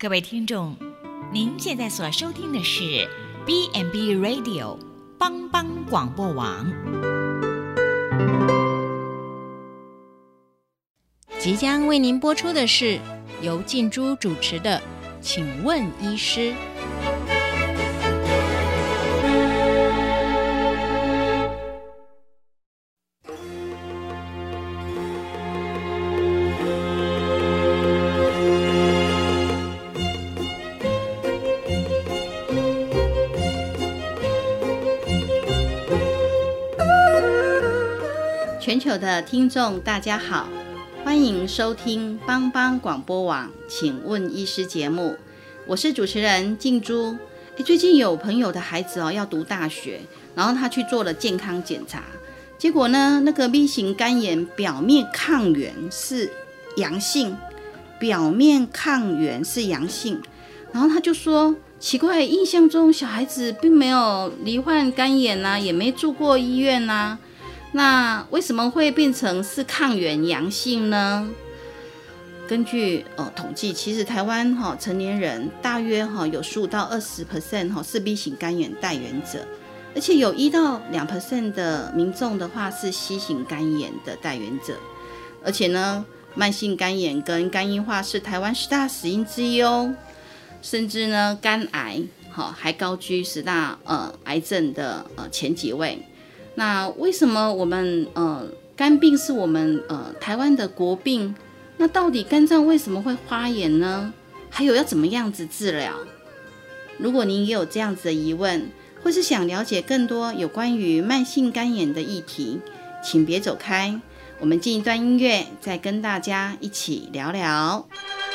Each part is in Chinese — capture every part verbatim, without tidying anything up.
各位听众，您现在所收听的是 B and B Radio 帮帮广播网。 即将为您播出的是由静珠主持的《请问医师》。 全球的听众大家好，欢迎收听帮帮广播网请问医师节目，我是主持人静珠。最近有朋友的孩子哦要读大学，然后他去做了健康检查，结果呢那个 B 型肝炎表面抗原是阳性，表面抗原是阳性，然后他就说奇怪，印象中小孩子并没有罹患肝炎啊，也没住过医院啊，那为什么会变成是抗原阳性呢？根据、呃、统计，其实台湾、哦、成年人大约、哦、有十五到二十 percent、哦、是 B 型肝炎带原者，而且有一到两 percent 的民众的话是 C 型肝炎的带原者，而且呢，慢性肝炎跟肝硬化是台湾十大死因之一哦，甚至呢，肝癌、哦、还高居十大、呃、癌症的、呃、前几位。那为什么我们呃肝病是我们呃台湾的国病？那到底肝脏为什么会发炎呢？还有要怎么样子治疗？如果您也有这样子的疑问，或是想了解更多有关于慢性肝炎的议题，请别走开，我们进一段音乐，再跟大家一起聊聊。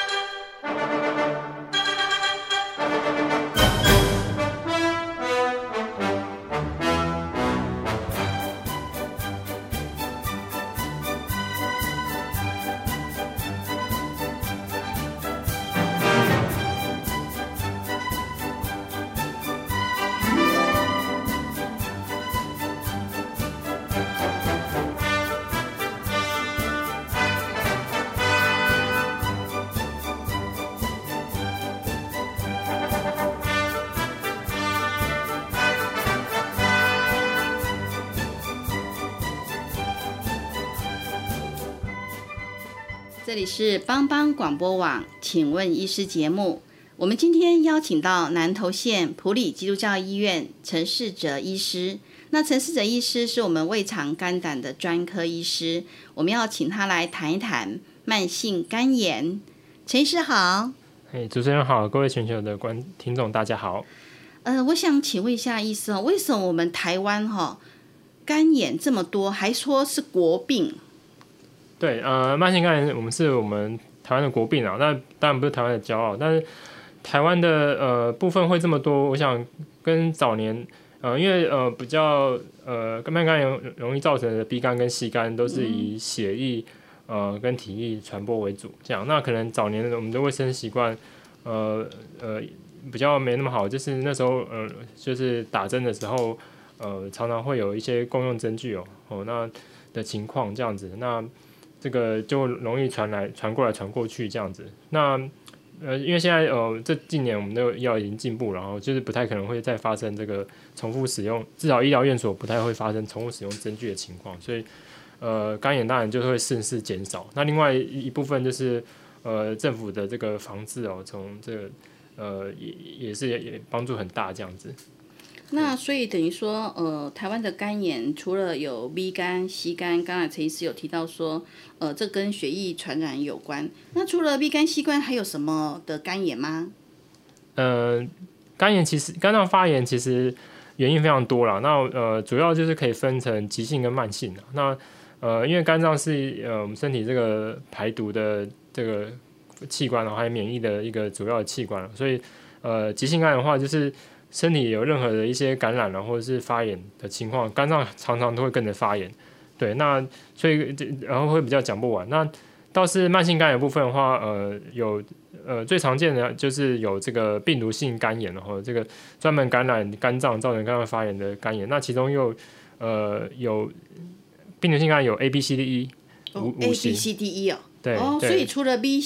这里是帮帮广播网请问医师节目，我们今天邀请到南投县埔里基督教医院陈世哲医师。那陈世哲医师是我们胃肠肝胆的专科医师，我们要请他来谈一谈慢性肝炎。陈医师好。 hey, 主持人好，各位全球的观听众大家好。 呃，我想请问一下医师，为什么我们台湾、哦、肝炎这么多，还说是国病？ 对，呃，慢性肝炎我们是我们台湾的国病啊，那当然不是台湾的骄傲，但是台湾的呃部分会这么多，我想跟早年呃因为呃比较呃慢性肝炎容易造成的 B 肝跟 C 肝都是以血液、嗯、呃跟体液传播为主，这样那可能早年我们的卫生习惯呃呃比较没那么好，就是那时候呃就是打针的时候呃常常会有一些共用针具哦哦那的情况这样子，那这个就容易传来传过来传过去这样子。那呃，因为现在呃这近年我们的药已经进步，然后就是不太可能会再发生这个重复使用，至少医疗院所不太会发生重复使用针具的情况，所以呃肝炎当然就会顺势减少。那另外一部分就是呃政府的这个防治哦，从这个呃也也是也帮助很大这样子。 那所以等于说，呃，台湾的肝炎除了有 B 肝、C 肝，刚才陈医师有提到说，呃，这跟血液传染有关。那除了 B 肝、C 肝，还有什么的肝炎吗？ 呃，肝炎其实肝脏发炎其实原因非常多啦。那呃，主要就是可以分成急性跟慢性啦。那呃，因为肝脏是呃我们身体这个排毒的这个器官，还有免疫的一个主要的器官，所以呃，急性肝炎的话就是。身体有任何的一些感染了或者是发炎的情况，肝脏常常都会跟着发炎，对，那所以然后会比较讲不完。那倒是慢性肝炎部分的话，呃，有呃最常见的就是有这个病毒性肝炎，然后这个专门感染肝脏造成肝脏发炎的肝炎，那其中又呃有病毒性肝炎有 A B C D E 五、 哦、A B C D E 哦， 对哦，所以除了 B C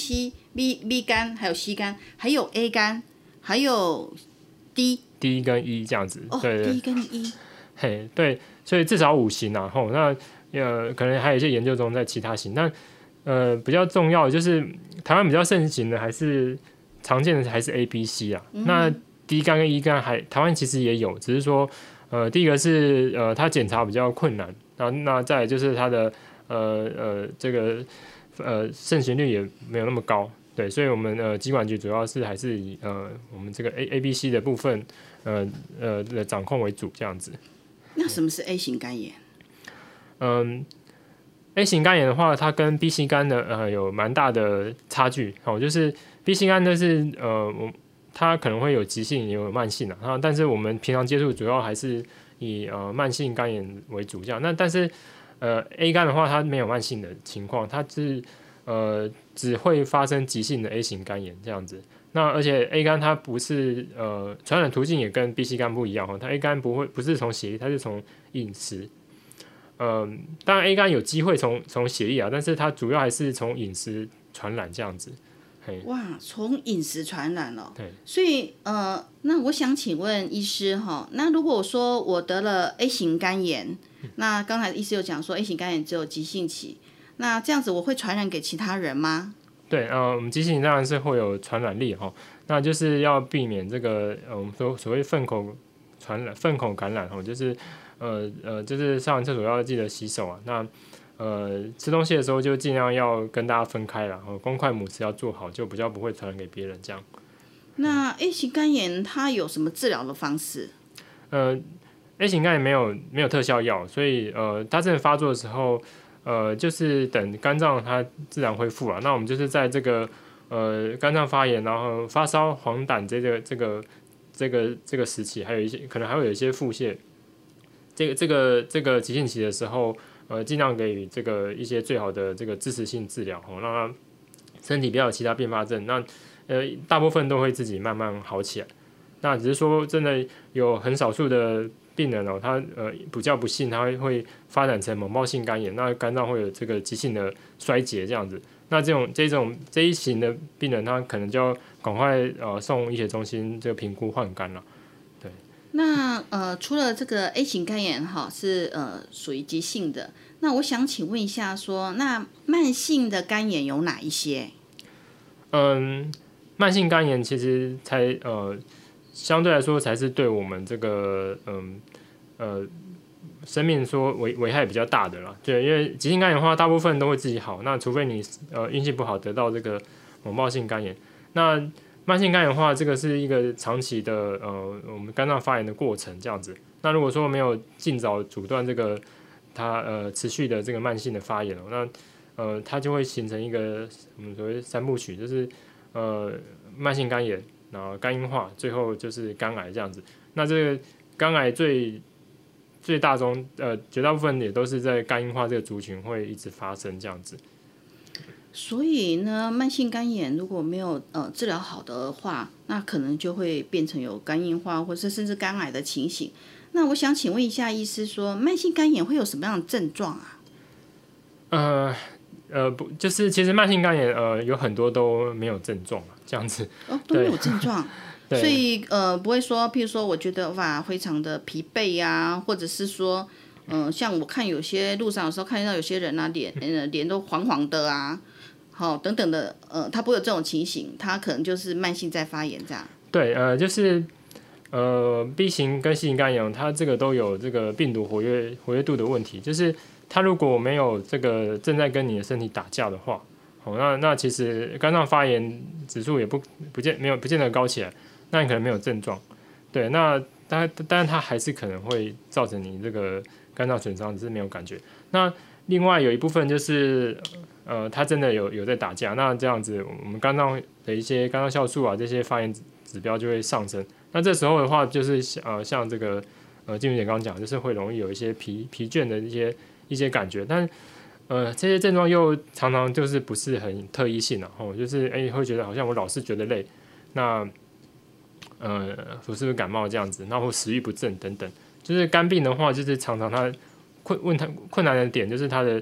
B B 肝，还有 C 肝，还有 A 肝，还有 D D 跟 E 这样子。 哦， 对对 D 跟 E。 嘿，对，所以至少五型啊，吼，那呃，可能还有一些研究中在其他型，那呃比较重要的就是台湾比较盛行的还是常见的还是 A、B、C 啊。嗯、那 D 肝跟 E 肝还台湾其实也有，只是说呃第一个是呃它检查比较困难，那那再来就是它的呃呃这个呃盛行率也没有那么高，对，所以我们呃疾管局主要是还是以呃我们这个 A A、B、C 的部分呃呃的掌控为主这样子。 那什么是 A 型肝炎？ 嗯 ，A 型肝炎的话，它跟 B 型肝的呃有蛮大的差距。哦，就是 B 型肝就是呃，我它可能会有急性也有慢性啊，但是我们平常接触主要还是以呃慢性肝炎为主这样。那但是呃 A 肝的话，它没有慢性的情况，它是呃只会发生急性的 A 型肝炎这样子。那而且 A 肝它不是呃传染途径也跟 B 型肝不一样哦，它 A 肝不会不是从血液，它是从饮食。嗯，当然 A 肝有机会从从血液啊，但是它主要还是从饮食传染这样子。 哇，从饮食传染哦。 对。 所以呃，那我想请问医师哈，那如果说我得了 A 型肝炎，嗯、那刚才医师有讲说 A 型肝炎只有急性期，那这样子我会传染给其他人吗？ 对，呃，我们急性当然是会有传染力哈，那就是要避免这个呃，我们说所谓粪口传染、粪口感染哈，就是呃呃，就是上完厕所要记得洗手啊。那呃，吃东西的时候就尽量要跟大家分开啦，然后公筷母匙要做好，就比较不会传染给别人这样。 那 A 型肝炎它有什么治疗的方式？ 呃 ，A 型肝炎没有没有特效药，所以呃，它真的发作的时候。呃，就是等肝脏它自然恢复了，那我们就是在这个呃肝脏发炎，然后发烧、黄疸这个这个这个这个时期，还有一些可能还会有一些腹泻，这个这个这个急性期的时候，呃，尽量给予这个一些最好的这个支持性治疗，哦，让它身体不要有其他并发症，那呃大部分都会自己慢慢好起来。那只是说真的有很少数的病人哦，他呃比较不幸，他会会发展成猛暴性肝炎，那肝脏会有这个急性的衰竭这样子。那这种这种这一型的病人，他可能就要赶快呃送医学中心这个评估换肝了。对。 那呃除了这个 A 型肝炎哈是呃属于急性的，那我想请问一下说，那慢性的肝炎有哪一些？ 嗯，慢性肝炎其实才呃。相对来说，才是对我们这个嗯呃生命说危危害比较大的啦。对，因为急性肝炎的话，大部分都会自己好，那除非你呃运气不好得到这个猛暴性肝炎。那慢性肝炎的话，这个是一个长期的呃我们肝脏发炎的过程这样子。那如果说没有尽早阻断这个它呃持续的这个慢性的发炎，那呃它就会形成一个我们所谓三部曲，就是呃慢性肝炎。然后肝硬化，最后就是肝癌这样子。那这个肝癌最最大宗，呃，绝大部分也都是在肝硬化这个族群会一直发生这样子。 所以呢，慢性肝炎如果没有呃治疗好的话，那可能就会变成有肝硬化，或者甚至肝癌的情形。那我想请问一下医师说，慢性肝炎会有什么样的症状啊？ 呃呃，不，就是其实慢性肝炎呃有很多都没有症状啊。这样子哦，都没有症状，所以呃不会说，譬如说，我觉得哇非常的疲惫呀、啊，或者是说，嗯、呃，像我看有些路上有时候看到有些人啊，脸呃脸都黄黄的啊，好、哦、等等的，呃，他不会有这种情形，他可能就是慢性在发炎这样。 对，呃，就是呃 B 型跟 C 型肝炎，它这个都有这个病毒活跃活跃度的问题，就是它如果没有这个正在跟你的身体打架的话。哦，那那其实肝脏发炎指数也不不见没有不见得高起来，那你可能没有症状，对，那但但是它还是可能会造成你这个肝脏损伤，只是没有感觉。那另外有一部分就是呃，它真的有有在打架，那这样子我们肝脏的一些肝脏酵素啊这些发炎指标就会上升。那这时候的话，就是呃像这个呃静茹姐刚刚讲，就是会容易有一些疲疲倦的一些一些感觉，但呃，这些症状又常常就是不是很特异性啊，哦，就是哎、欸、会觉得好像我老是觉得累，那呃我是不是感冒这样子，那或食欲不振等等。就是肝病的话，就是常常它困问它困难的点就是它的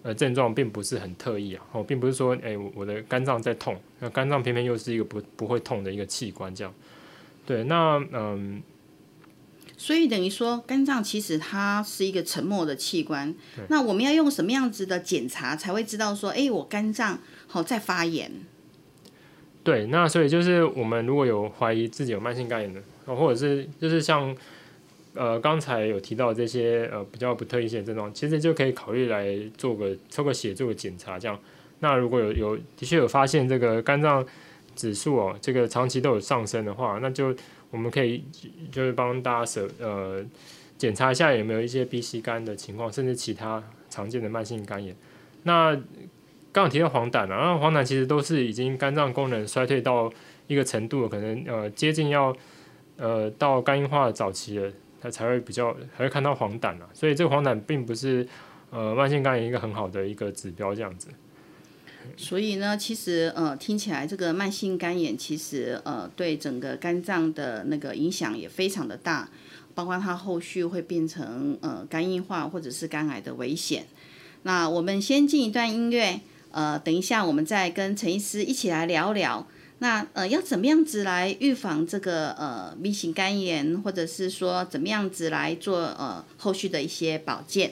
呃症状并不是很特异啊，哦，并不是说哎、欸、我的肝脏在痛，那肝脏偏偏又是一个不不会痛的一个器官这样。对，那嗯。 所以等于说，肝脏其实它是一个沉默的器官。那我们要用什么样子的检查才会知道说，哎，我肝脏好在发炎？ 对，那所以就是我们如果有怀疑自己有慢性肝炎的，或者是就是像呃刚才有提到这些呃比较不特异性的症状，其实就可以考虑来做个抽个血做个检查这样。那如果有有的确有发现这个肝脏指数哦，这个长期都有上升的话，那就我们可以就是帮大家舍呃检查一下有没有一些 B C 肝的情况，甚至其他常见的慢性肝炎。那刚刚提到黄疸啊，那黄疸其实都是已经肝脏功能衰退到一个程度了，可能呃接近要呃到肝硬化的早期了，它才会比较才会看到黄疸啊。所以这个黄疸并不是呃慢性肝炎一个很好的一个指标这样子。 所以呢，其实呃听起来这个慢性肝炎其实呃对整个肝脏的那个影响也非常的大，包括它后续会变成呃肝硬化或者是肝癌的危险。那我们先进一段音乐，呃等一下我们再跟陈医师一起来聊聊，那呃要怎么样子来预防这个呃 B 型肝炎，或者是说怎么样子来做呃后续的一些保健。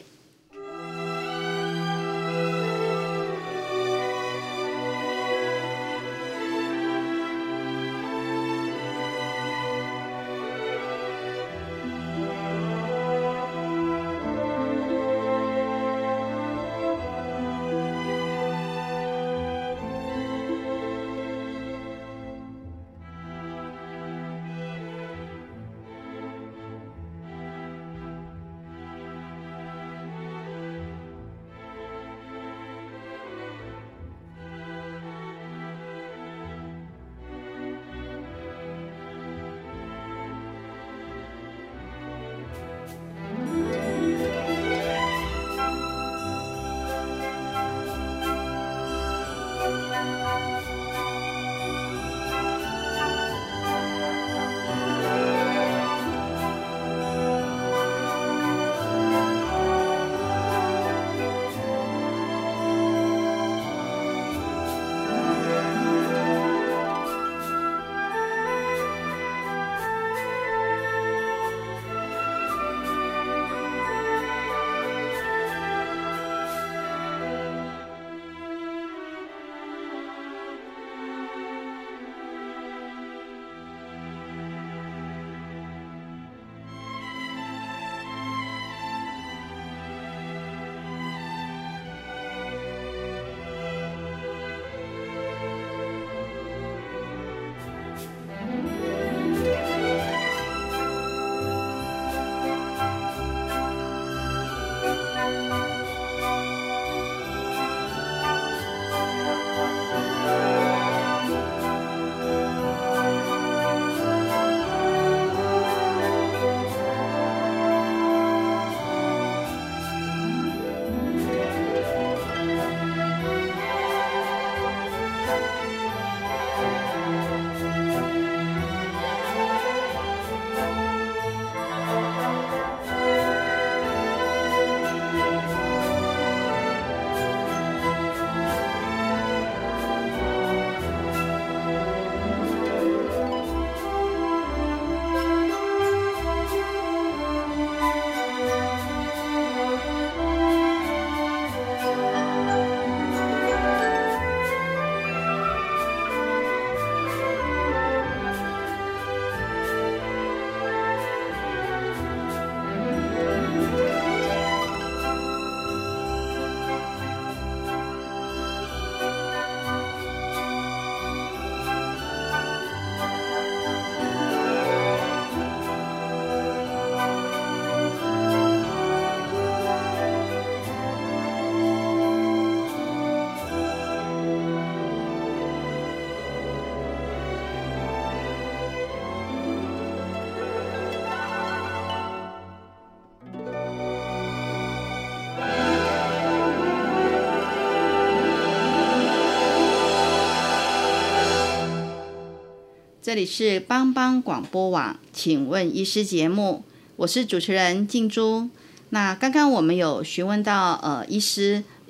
这里是帮帮广播网，请问医师节目，我是主持人静珠。那刚刚我们有询问到呃医师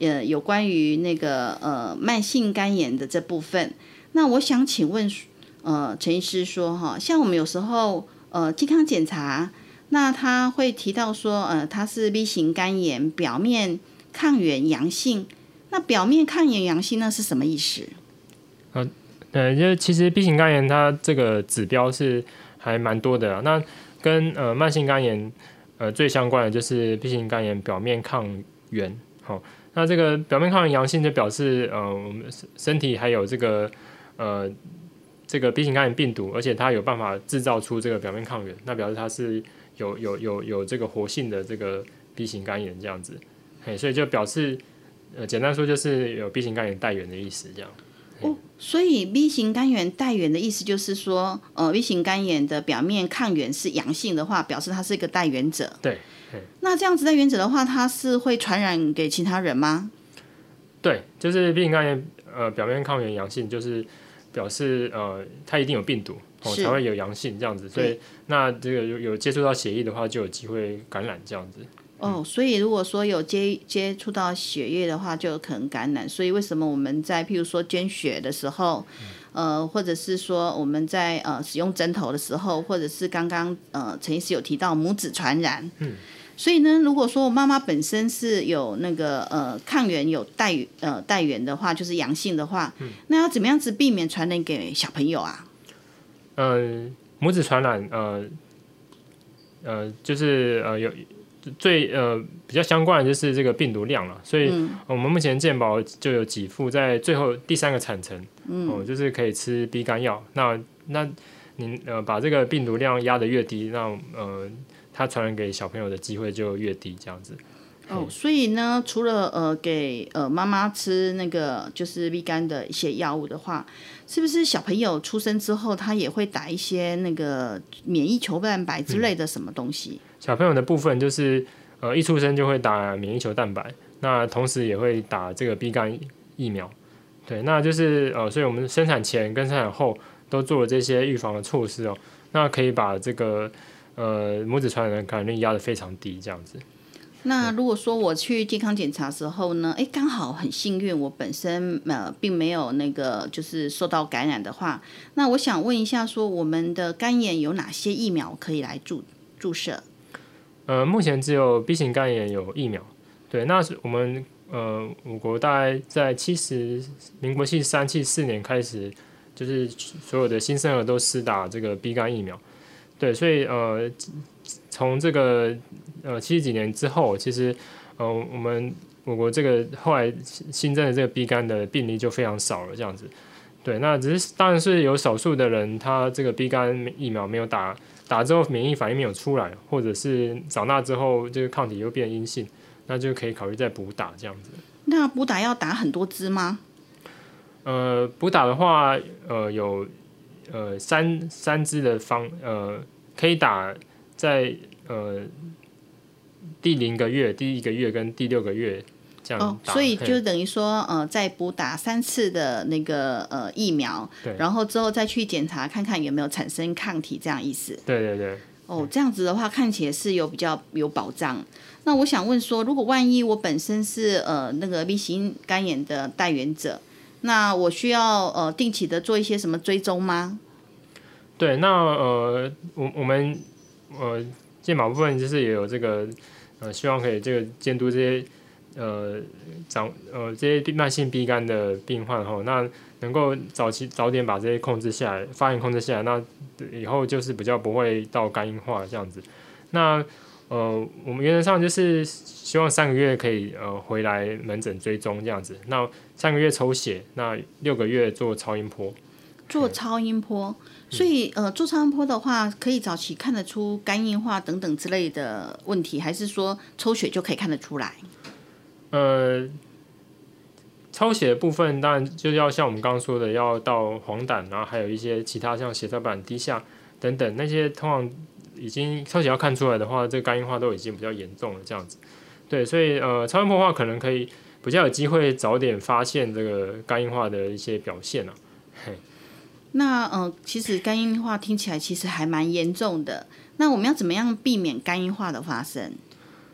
呃有关于那个呃慢性肝炎的这部分。那我想请问呃陈医师说哈，像我们有时候呃健康检查，那他会提到说呃他是 B 型肝炎表面抗原阳性，那表面抗原阳性那是什么意思？ 呃，对，就其实 B 型肝炎它这个指标是还蛮多的啊。那跟呃慢性肝炎呃最相关的就是 B 型肝炎表面抗原。好、哦，那这个表面抗原阳性就表示呃我们身体还有这个呃这个 B 型肝炎病毒，而且它有办法制造出这个表面抗原，那表示它是有有有有这个活性的这个 B 型肝炎这样子。嘿，所以就表示呃简单说就是有 B 型肝炎带源的意思这样。 哦，所以 B 型肝炎带源的意思就是说，呃 ，B 型肝炎的表面抗原是阳性的话，表示它是一个带源者。 对。 那这样子带源者的话，它是会传染给其他人吗？ 对，就是 B 型肝炎呃表面抗原阳性，就是表示呃它一定有病毒哦才会有阳性这样子，所以那这个有有接触到血液的话，就有机会感染这样子。 哦，所以如果说有接接触到血液的话，就有可能感染。所以为什么我们在譬如说捐血的时候，嗯、呃，或者是说我们在呃使用针头的时候，或者是刚刚呃陈医师有提到母子传染，嗯，所以呢，如果说我妈妈本身是有那个呃抗原有带呃带源的话，就是阳性的话，嗯、那要怎么样子避免传染给小朋友啊？ 呃，母子传染，呃呃，就是呃有。最呃比较相关的就是这个病毒量了，所以我们目前健保就有给付在最后第三个产程，嗯、哦，就是可以吃 B 肝药。那那您呃把这个病毒量压得越低，那呃它传染给小朋友的机会就越低，这样子。 哦，所以呢，除了呃给呃妈妈吃那个就是 B 肝的一些药物的话，是不是小朋友出生之后他也会打一些那个免疫球蛋白之类的什么东西？嗯、 小朋友的部分就是呃一出生就会打免疫球蛋白，那同时也会打这个 B 肝疫苗。对，那就是呃，所以我们生产前跟生产后都做了这些预防的措施哦，那可以把这个呃母子传染的感染率压得非常低，这样子。 那如果说我去健康检查的时候呢，哎，刚好很幸运，我本身呃并没有那个就是受到感染的话，那我想问一下，说我们的肝炎有哪些疫苗可以来注注射？ 呃，目前只有 B 型肝炎有疫苗。对，那我们呃我国大概在七十民国七十三、七十四年开始，就是所有的新生儿都施打这个 B 肝疫苗。对，所以呃从这个呃七十几年之后，其实呃我们我国这个后来新增的这个 B 肝的病例就非常少了，这样子。对，那只是当然是有少数的人，他这个 B 肝疫苗没有打，打之后免疫反应没有出来，或者是长大之后这个抗体又变阴性，那就可以考虑再补打这样子。 那补打要打很多支吗？ 呃，补打的话，呃有呃三三支的方呃可以打在呃第零个月、第一个月跟第六个月。这样哦，所以就等于说，呃，再补打三次的那个呃疫苗，然后之后再去检查看看有没有产生抗体，这样意思。 对对对。 哦，这样子的话看起来是有比较有保障。那我想问说，如果万一我本身是呃那个 B 型肝炎的带源者，那我需要呃定期的做一些什么追踪吗？ 对，那呃我我们呃健保部分就是也有这个呃希望可以这个监督这些。呃，长呃这些慢性 B 肝的病患后，那能够早期早点把这些控制下来，发炎控制下来，那以后就是比较不会到肝硬化这样子。那呃，我们原则上就是希望三个月可以呃回来门诊追踪这样子。那三个月抽血，那六个月做超音波。 做超音波，所以呃做超音波的话，可以早期看得出肝硬化等等之类的问题，还是说抽血就可以看得出来？ 呃，抽血的部分当然就要像我们刚刚说的，要到黄疸，然后还有一些其他像血小板低下等等那些，通常已经抽血要看出来的话，这个肝硬化都已经比较严重了这样子。对，所以呃，超音波的话可能可以比较有机会早点发现这个肝硬化的一些表现啊。嘿， 那呃，其实肝硬化听起来其实还蛮严重的。那我们要怎么样避免肝硬化的发生？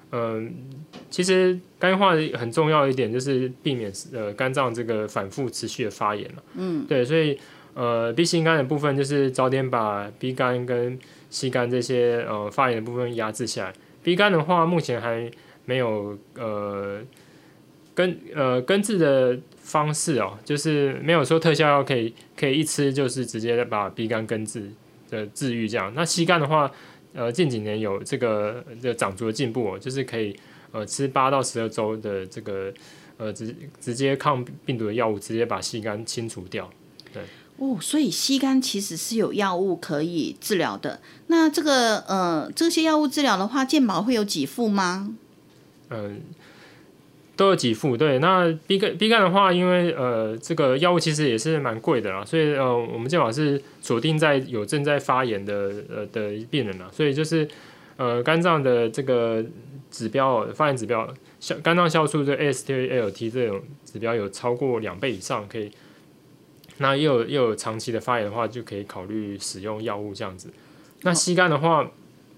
呃，其实肝硬化很重要的一点就是避免呃肝脏这个反复持续的发炎了。嗯，对，所以呃 B 型肝的部分就是早点把 B 肝跟C 肝这些呃发炎的部分压制下来。B 肝的话，目前还没有呃根呃根治的方式哦，就是没有说特效药可以可以一吃就是直接把 B 肝根治的治愈这样。那 C 肝的话，呃近几年有这个这个长足的进步哦，就是可以呃吃八到十二周的这个呃直直接抗病毒的药物，直接把 C 肝清除掉。对。 哦，所以C肝其实是有药物可以治疗的。那这个呃这些药物治疗的话，健保会有给付吗？ 嗯、呃，都有给付。对，那 B 肝 B 肝的话，因为呃这个药物其实也是蛮贵的啦，所以呃我们健保是锁定在有正在发炎的呃的病人啦，所以就是呃肝脏的这个指标发炎指标，肝脏酵素这 A S T L T 这种指标有超过两倍以上可以。那又有又有长期的发炎的话，就可以考虑使用药物这样子。那C肝的话，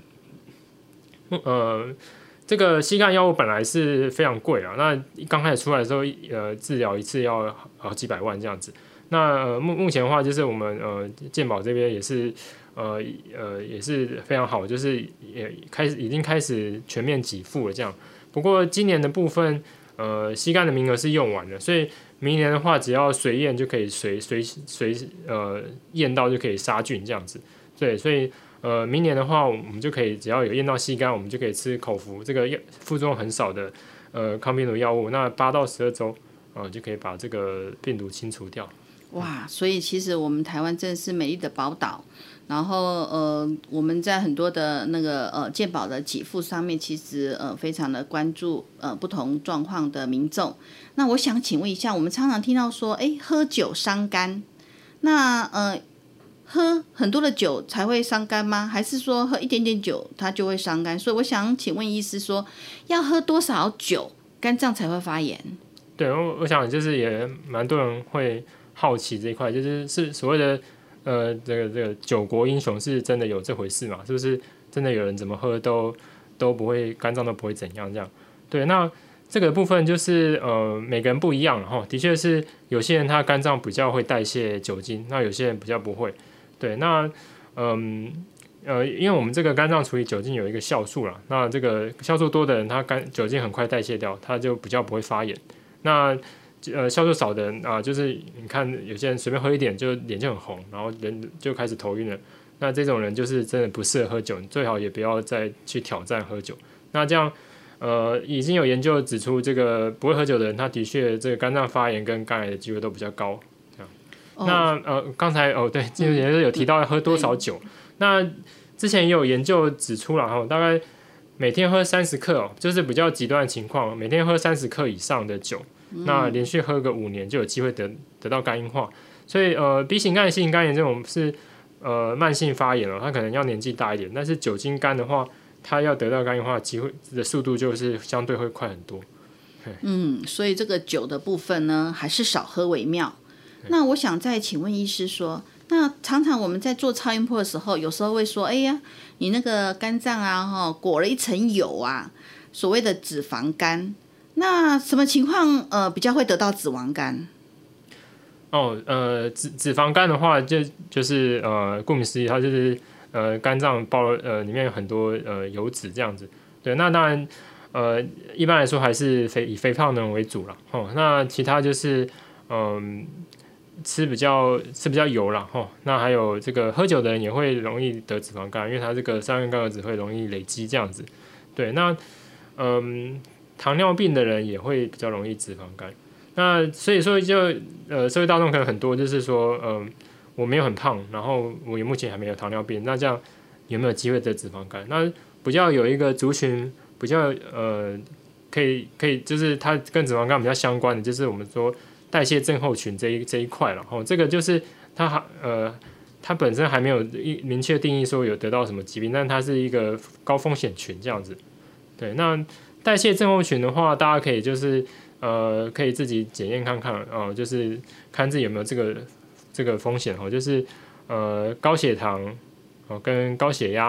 呃，这个C肝药物本来是非常贵啊。那刚开始出来的时候，呃，治疗一次要好几百万这样子。那呃目目前的话，就是我们呃健保这边也是呃呃也是非常好，就是也开始已经开始全面给付了这样。不过今年的部分，呃C肝的名额是用完了，所以明年的话，只要随验就可以随随随呃验到就可以杀菌这样子。对，所以呃明年的话，我们就可以只要有验到C肝，我们就可以吃口服这个副作用很少的呃抗病毒药物。那八到十二周，呃就可以把这个病毒清除掉。 哇，所以其实我们台湾真的是美丽的宝岛。然后呃，我们在很多的那个呃健保的给付上面，其实呃非常的关注呃不同状况的民众。那我想请问一下，我们常常听到说，哎，喝酒伤肝，那呃喝很多的酒才会伤肝吗？还是说喝一点点酒它就会伤肝？所以我想请问医师说，要喝多少酒肝脏才会发炎？ 对，我我想就是也蛮多人会好奇这一块，就是是所谓的。呃，这个这个酒国英雄是真的有这回事嘛？是不是真的有人怎么喝都都不会肝脏都不会怎样这样？对，那这个部分就是呃每个人不一样哈，的确是有些人他肝脏比较会代谢酒精，那有些人比较不会。对，那嗯呃因为我们这个肝脏处理酒精有一个酵素啦，那这个酵素多的人，他肝酒精很快代谢掉，他就比较不会发炎。那呃，酵素少的人啊，就是你看有些人随便喝一点就脸就很红，然后人就开始头晕了。那这种人就是真的不适合喝酒，你最好也不要再去挑战喝酒。那这样，呃，已经有研究指出，这个不会喝酒的人，他的确这个肝脏发炎跟肝癌的机会都比较高。这样，哦、那呃，刚才哦对，之前有提到要喝多少酒，嗯、那之前也有研究指出了哈，大概每天喝三十克哦，就是比较极端的情况，每天喝三十克以上的酒。那连续喝个五年就有机会得得到肝硬化，所以呃 B 型肝、C 型肝炎这种是呃慢性发炎了，它可能要年纪大一点，但是酒精肝的话，它要得到肝硬化的机会的速度就是相对会快很多。 嗯，所以这个酒的部分呢，还是少喝为妙。那我想再请问医师说，那常常我们在做超音波的时候，有时候会说，哎呀，你那个肝脏啊，哈，裹了一层油啊，所谓的脂肪肝。那什么情况呃比较会得到脂肪肝？ 哦，呃，脂脂肪肝的话就就是呃，顾名思义，它就是呃肝脏包呃里面有很多呃油脂这样子。对，那当然呃一般来说还是肥以肥胖的人为主啦。哦，那其他就是嗯、呃、吃比较吃比较油啦。哦，那还有这个喝酒的人也会容易得脂肪肝，因为它这个三元甘油酯会容易累积这样子。对，那嗯。糖尿病的人也会比较容易脂肪肝，那所以说就呃社会大众可能很多就是说，嗯、呃，我没有很胖，然后我也目前还没有糖尿病，那这样有没有机会得脂肪肝？那比较有一个族群比较呃可以可以就是它跟脂肪肝比较相关的，就是我们说代谢症候群这一这一块了。哦，这个就是它还呃它本身还没有明确定义说有得到什么疾病，但它是一个高风险群这样子。对，那代谢症候群的话，大家可以就是呃，可以自己检验看看哦、呃，就是看自己有没有这个这个风险哦，就是呃高血糖哦跟高血压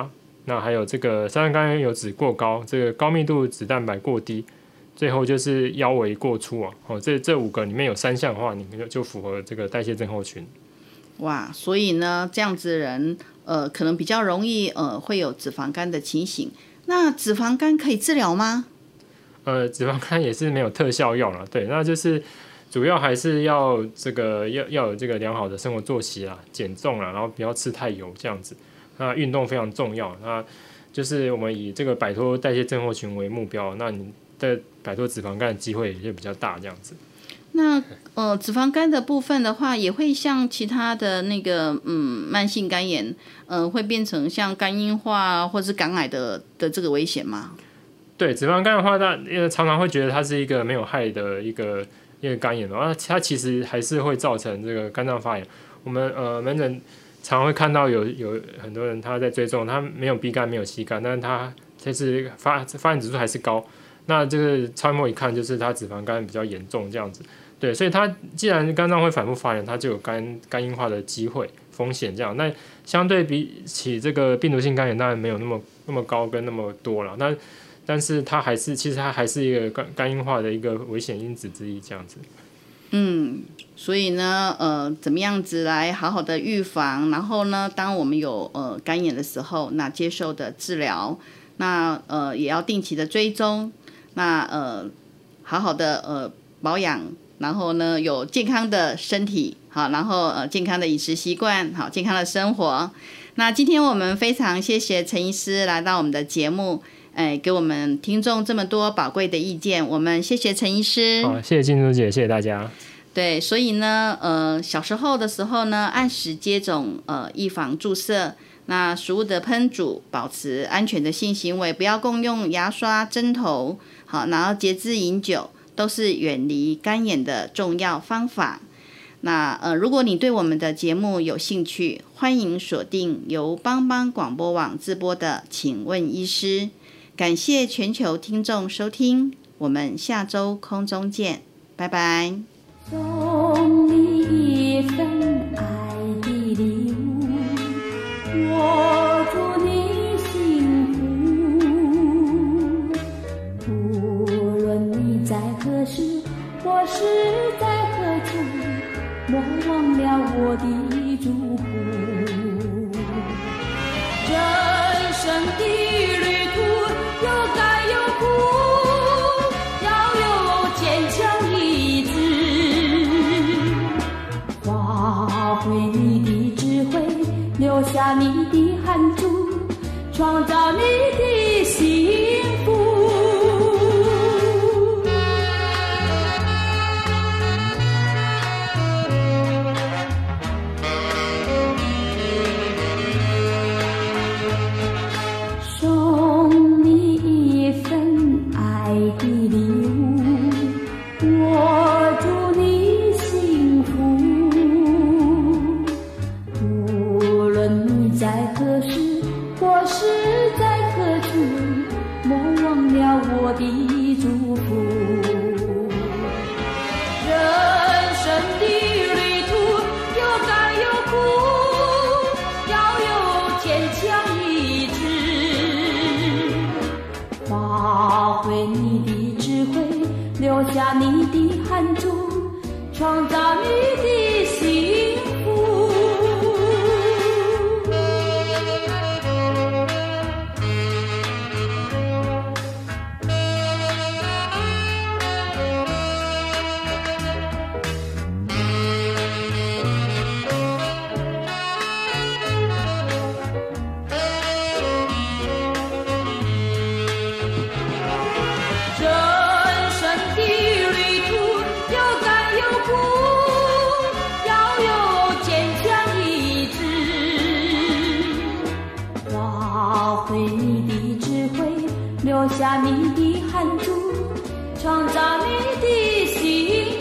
那还有这个三酸甘油脂过高，这个高密度脂蛋白过低，最后就是腰围过粗啊。哦，这这五个里面有三项的话，你就就符合这个代谢症候群。 哇，所以呢，这样子的人，呃，可能比较容易呃会有脂肪肝的情形。那脂肪肝可以治疗吗？ 呃，脂肪肝也是没有特效药啦，对，那就是主要还是要这个要要有这个良好的生活作息啦，减重啦，然后不要吃太油这样子。那运动非常重要，那就是我们以这个摆脱代谢症候群为目标，那你的摆脱脂肪肝的机会也就比较大这样子。 那呃，脂肪肝的部分的话，也会像其他的那个嗯慢性肝炎，呃，会变成像肝硬化或是肝癌的的这个危险吗？ 对，脂肪肝的话，大家常常会觉得它是一个没有害的一个一个肝炎的话，它其实还是会造成这个肝脏发炎。我们呃门诊常常会看到有有很多人他在追踪，他没有 B 肝没有 C 肝，但是他这次发发炎指数还是高。那这个超音波一看，就是他脂肪肝比较严重这样子。对，所以它既然肝脏会反复发炎，它就有肝肝硬化的机会风险这样。那相对比起这个病毒性肝炎，当然没有那么那么高跟那么多了。那但是它还是其实它还是一个肝肝硬化的一个危险因子之一这样子。 嗯，所以呢，呃，怎么样子来好好的预防？然后呢，当我们有呃肝炎的时候，那接受的治疗，那呃也要定期的追踪，那呃好好的呃保养。然后呢，有健康的身体，好，然后呃健康的饮食习惯，好，健康的生活。那今天我们非常谢谢陈医师来到我们的节目，哎，给我们听众这么多宝贵的意见，我们谢谢陈医师。 好，谢谢静茹姐，谢谢大家。 对，所以呢，呃，小时候的时候呢，按时接种呃预防注射，那食物的烹煮，保持安全的性行为，不要共用牙刷、针头，好，然后节制饮酒。都是远离肝炎的重要方法。那呃，如果你对我们的节目有兴趣，欢迎锁定由帮帮广播网自播的《请问医师》。感谢全球听众收听，我们下周空中见，拜拜。送你一份爱的礼物，我祝你幸福。无论你在何时，或是在何处，莫忘了我的祝福。人生的旅途有甘有苦，要有坚强意志，发挥你的智慧，留下你的汗珠，创造你的幸福。我的祝福，人生的旅途有甘有苦，要有坚强意志，发挥你的智慧，留下你的汗珠，创造你的幸福。留下你的汗珠，创造你的幸福。